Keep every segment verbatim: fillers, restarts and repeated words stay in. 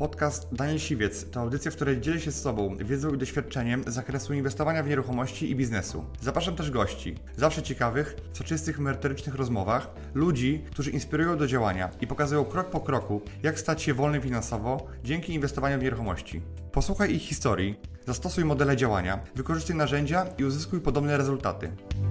Podcast Daniel Siwiec to audycja, w której dzielę się z Tobą wiedzą i doświadczeniem z zakresu inwestowania w nieruchomości i biznesu. Zapraszam też gości, zawsze ciekawych, w soczystych, merytorycznych rozmowach, ludzi, którzy inspirują do działania i pokazują krok po kroku, jak stać się wolnym finansowo dzięki inwestowaniu w nieruchomości. Posłuchaj ich historii, zastosuj modele działania, wykorzystuj narzędzia i uzyskuj podobne rezultaty.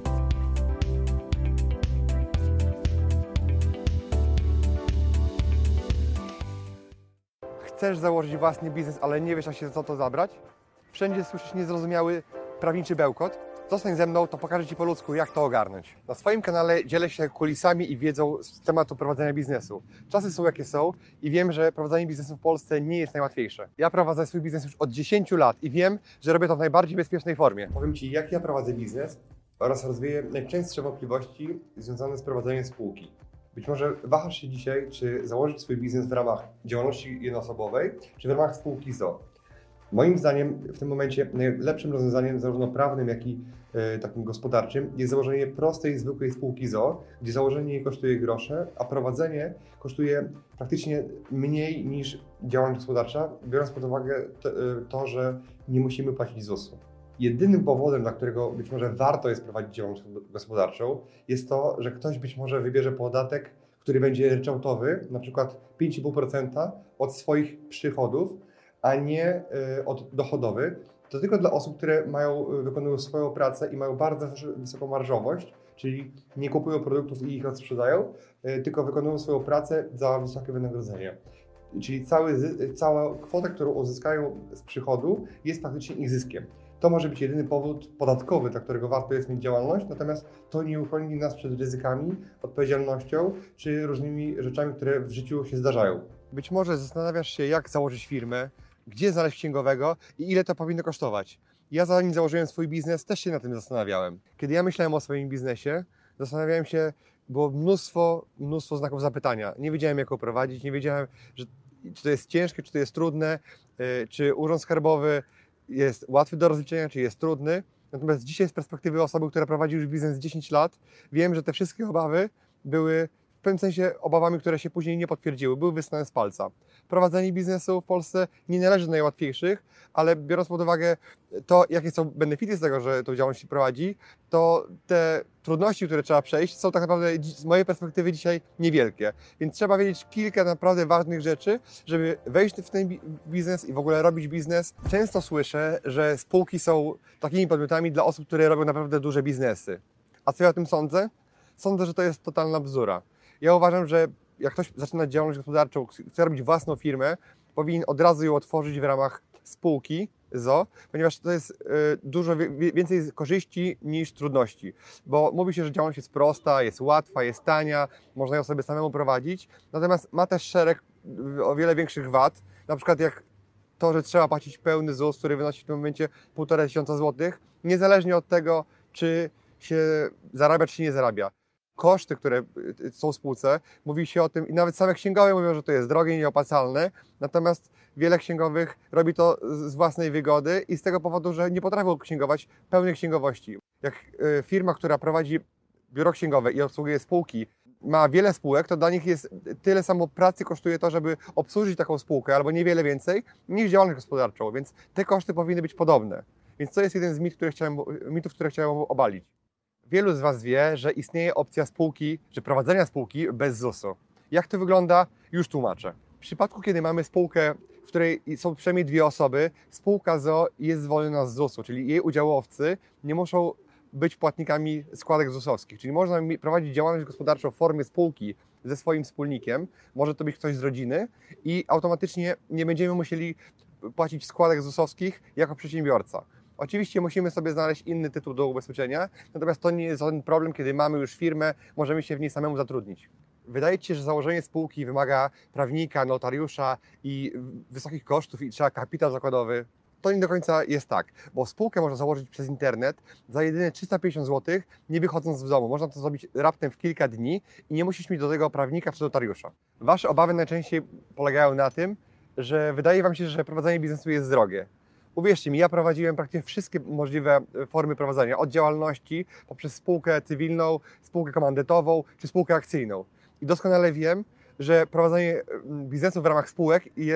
Chcesz założyć własny biznes, ale nie wiesz, jak się za to zabrać? Wszędzie słyszysz niezrozumiały prawniczy bełkot? Zostań ze mną, to pokażę Ci po ludzku, jak to ogarnąć. Na swoim kanale dzielę się kulisami i wiedzą z tematu prowadzenia biznesu. Czasy są jakie są i wiem, że prowadzenie biznesu w Polsce nie jest najłatwiejsze. Ja prowadzę swój biznes już od dziesięciu lat i wiem, że robię to w najbardziej bezpiecznej formie. Powiem Ci, jak ja prowadzę biznes oraz rozwieję najczęstsze wątpliwości związane z prowadzeniem spółki. Być może wahasz się dzisiaj, czy założyć swój biznes w ramach działalności jednoosobowej, czy w ramach spółki z o o. Moim zdaniem w tym momencie najlepszym rozwiązaniem zarówno prawnym, jak i e, takim gospodarczym jest założenie prostej, zwykłej spółki z o o, gdzie założenie jej kosztuje grosze, a prowadzenie kosztuje praktycznie mniej niż działalność gospodarcza, biorąc pod uwagę to, to że nie musimy płacić zusu. Jedynym powodem, dla którego być może warto jest prowadzić działalność gospodarczą, jest to, że ktoś być może wybierze podatek, który będzie ryczałtowy, na przykład pięć i pół procent od swoich przychodów, a nie y, od dochodowy. To tylko dla osób, które mają, wykonują swoją pracę i mają bardzo wysoką marżowość, czyli nie kupują produktów i ich odsprzedają, y, tylko wykonują swoją pracę za wysokie wynagrodzenie. Czyli cały, cała kwota, którą uzyskają z przychodu, jest praktycznie ich zyskiem. To może być jedyny powód podatkowy, dla którego warto jest mieć działalność, natomiast to nie uchroni nas przed ryzykami, odpowiedzialnością czy różnymi rzeczami, które w życiu się zdarzają. Być może zastanawiasz się, jak założyć firmę, gdzie znaleźć księgowego i ile to powinno kosztować. Ja zanim założyłem swój biznes, też się nad tym zastanawiałem. Kiedy ja myślałem o swoim biznesie, zastanawiałem się, było mnóstwo, mnóstwo znaków zapytania. Nie wiedziałem, jak go prowadzić, nie wiedziałem, że, czy to jest ciężkie, czy to jest trudne, czy urząd skarbowy jest łatwy do rozliczenia, czy jest trudny. Natomiast dzisiaj z perspektywy osoby, która prowadzi już biznes dziesięć lat, wiem, że te wszystkie obawy były w pewnym sensie obawami, które się później nie potwierdziły, były wysnane z palca. Prowadzenie biznesu w Polsce nie należy do najłatwiejszych, ale biorąc pod uwagę to, jakie są benefity z tego, że tą działalność się prowadzi, to te trudności, które trzeba przejść, są tak naprawdę z mojej perspektywy dzisiaj niewielkie. Więc trzeba wiedzieć kilka naprawdę ważnych rzeczy, żeby wejść w ten biznes i w ogóle robić biznes. Często słyszę, że spółki są takimi podmiotami dla osób, które robią naprawdę duże biznesy. A co ja o tym sądzę? Sądzę, że to jest totalna bzdura. Ja uważam, że jak ktoś zaczyna działalność gospodarczą, chce robić własną firmę, powinien od razu ją otworzyć w ramach spółki z o o, ponieważ to jest y, dużo wie, więcej korzyści niż trudności. Bo mówi się, że działalność jest prosta, jest łatwa, jest tania, można ją sobie samemu prowadzić, natomiast ma też szereg o wiele większych wad, na przykład jak to, że trzeba płacić pełny ZUS, który wynosi w tym momencie półtora tysiąca złotych, niezależnie od tego, czy się zarabia, czy się nie zarabia. Koszty, które są w spółce, mówi się o tym i nawet same księgowe mówią, że to jest drogie i nieopłacalne, natomiast wiele księgowych robi to z własnej wygody i z tego powodu, że nie potrafią księgować pełnej księgowości. Jak firma, która prowadzi biuro księgowe i obsługuje spółki, ma wiele spółek, to dla nich jest tyle samo pracy kosztuje to, żeby obsłużyć taką spółkę, albo niewiele więcej, niż działalność gospodarczą, więc te koszty powinny być podobne. Więc to jest jeden z mit, które chciałem, mitów, które chciałem obalić. Wielu z Was wie, że istnieje opcja spółki, że prowadzenia spółki bez zusu. Jak to wygląda? Już tłumaczę. W przypadku, kiedy mamy spółkę, w której są przynajmniej dwie osoby, spółka z o o jest zwolniona z zusu, czyli jej udziałowcy nie muszą być płatnikami składek zusowskich. Czyli można prowadzić działalność gospodarczą w formie spółki ze swoim wspólnikiem, może to być ktoś z rodziny i automatycznie nie będziemy musieli płacić składek zusowskich jako przedsiębiorca. Oczywiście musimy sobie znaleźć inny tytuł do ubezpieczenia, natomiast to nie jest żaden problem, kiedy mamy już firmę, możemy się w niej samemu zatrudnić. Wydaje Ci się, że założenie spółki wymaga prawnika, notariusza i wysokich kosztów i trzeba kapitał zakładowy. To nie do końca jest tak, bo spółkę można założyć przez internet za jedyne trzysta pięćdziesiąt złotych, nie wychodząc z domu. Można to zrobić raptem w kilka dni i nie musisz mieć do tego prawnika czy notariusza. Wasze obawy najczęściej polegają na tym, że wydaje Wam się, że prowadzenie biznesu jest drogie. Uwierzcie mi, ja prowadziłem praktycznie wszystkie możliwe formy prowadzenia, od działalności poprzez spółkę cywilną, spółkę komandytową czy spółkę akcyjną. I doskonale wiem, że prowadzenie biznesu w ramach spółek jest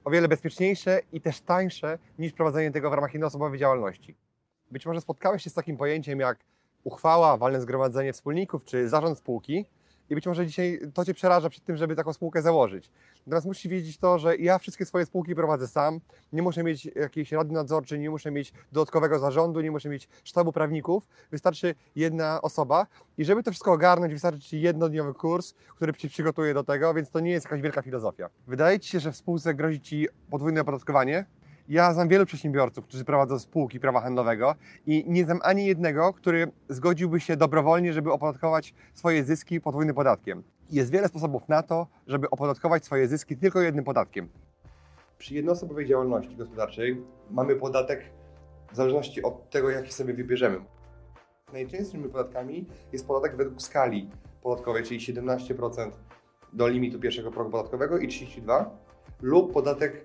o wiele bezpieczniejsze i też tańsze niż prowadzenie tego w ramach jednoosobowej działalności. Być może spotkałeś się z takim pojęciem jak uchwała, walne zgromadzenie wspólników czy zarząd spółki i być może dzisiaj to Cię przeraża przed tym, żeby taką spółkę założyć. Natomiast musisz wiedzieć to, że ja wszystkie swoje spółki prowadzę sam, nie muszę mieć jakiejś rady nadzorczej, nie muszę mieć dodatkowego zarządu, nie muszę mieć sztabu prawników, wystarczy jedna osoba i żeby to wszystko ogarnąć, wystarczy Ci jednodniowy kurs, który Cię przygotuje do tego, więc to nie jest jakaś wielka filozofia. Wydaje Ci się, że w spółce grozi Ci podwójne opodatkowanie? Ja znam wielu przedsiębiorców, którzy prowadzą spółki prawa handlowego i nie znam ani jednego, który zgodziłby się dobrowolnie, żeby opodatkować swoje zyski podwójnym podatkiem. Jest wiele sposobów na to, żeby opodatkować swoje zyski tylko jednym podatkiem. Przy jednoosobowej działalności gospodarczej mamy podatek w zależności od tego, jaki sobie wybierzemy. Najczęstszymi podatkami jest podatek według skali podatkowej, czyli siedemnaście procent do limitu pierwszego progu podatkowego i trzydzieści dwa procent lub podatek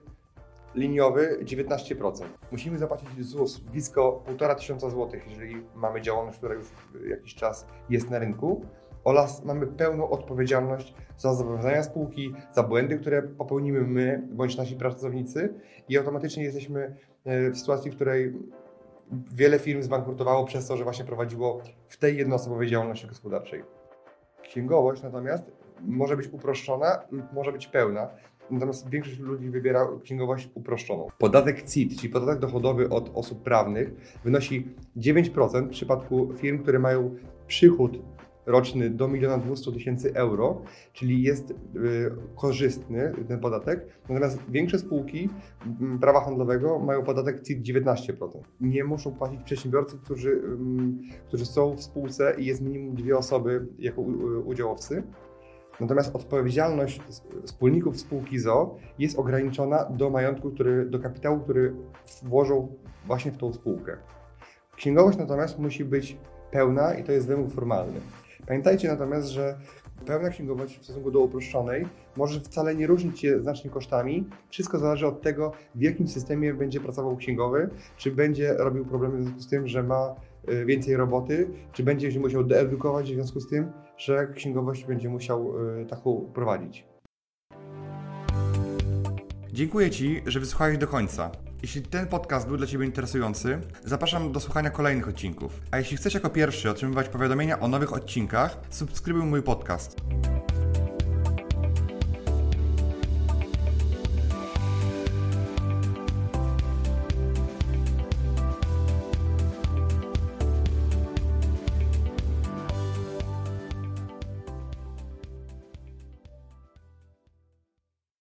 liniowy dziewiętnaście procent. Musimy zapłacić ZUS blisko półtora tysiąca złotych, jeżeli mamy działalność, która już jakiś czas jest na rynku, oraz mamy pełną odpowiedzialność za zobowiązania spółki, za błędy, które popełnimy my bądź nasi pracownicy i automatycznie jesteśmy w sytuacji, w której wiele firm zbankrutowało przez to, że właśnie prowadziło w tej jednoosobowej działalności gospodarczej. Księgowość natomiast może być uproszczona lub może być pełna. Natomiast większość ludzi wybiera księgowość uproszczoną. Podatek C I T, czyli podatek dochodowy od osób prawnych, wynosi dziewięć procent w przypadku firm, które mają przychód roczny do miliona dwieście tysięcy euro, czyli jest y, korzystny ten podatek. Natomiast większe spółki y, prawa handlowego mają podatek C I T dziewiętnaście procent. Nie muszą płacić przedsiębiorcy, którzy, y, którzy są w spółce i jest minimum dwie osoby jako y, udziałowcy. Natomiast odpowiedzialność wspólników spółki z o o jest ograniczona do majątku, który, do kapitału, który włożą właśnie w tą spółkę. Księgowość natomiast musi być pełna i to jest wymóg formalny. Pamiętajcie natomiast, że pełna księgowość w stosunku do uproszczonej może wcale nie różnić się znacznie kosztami. Wszystko zależy od tego, w jakim systemie będzie pracował księgowy, czy będzie robił problemy w związku z tym, że ma więcej roboty, czy będzie się musiał deedukować w związku z tym, że księgowość będzie musiał taką prowadzić. Dziękuję Ci, że wysłuchałeś do końca. Jeśli ten podcast był dla Ciebie interesujący, zapraszam do słuchania kolejnych odcinków. A jeśli chcesz jako pierwszy otrzymywać powiadomienia o nowych odcinkach, subskrybuj mój podcast.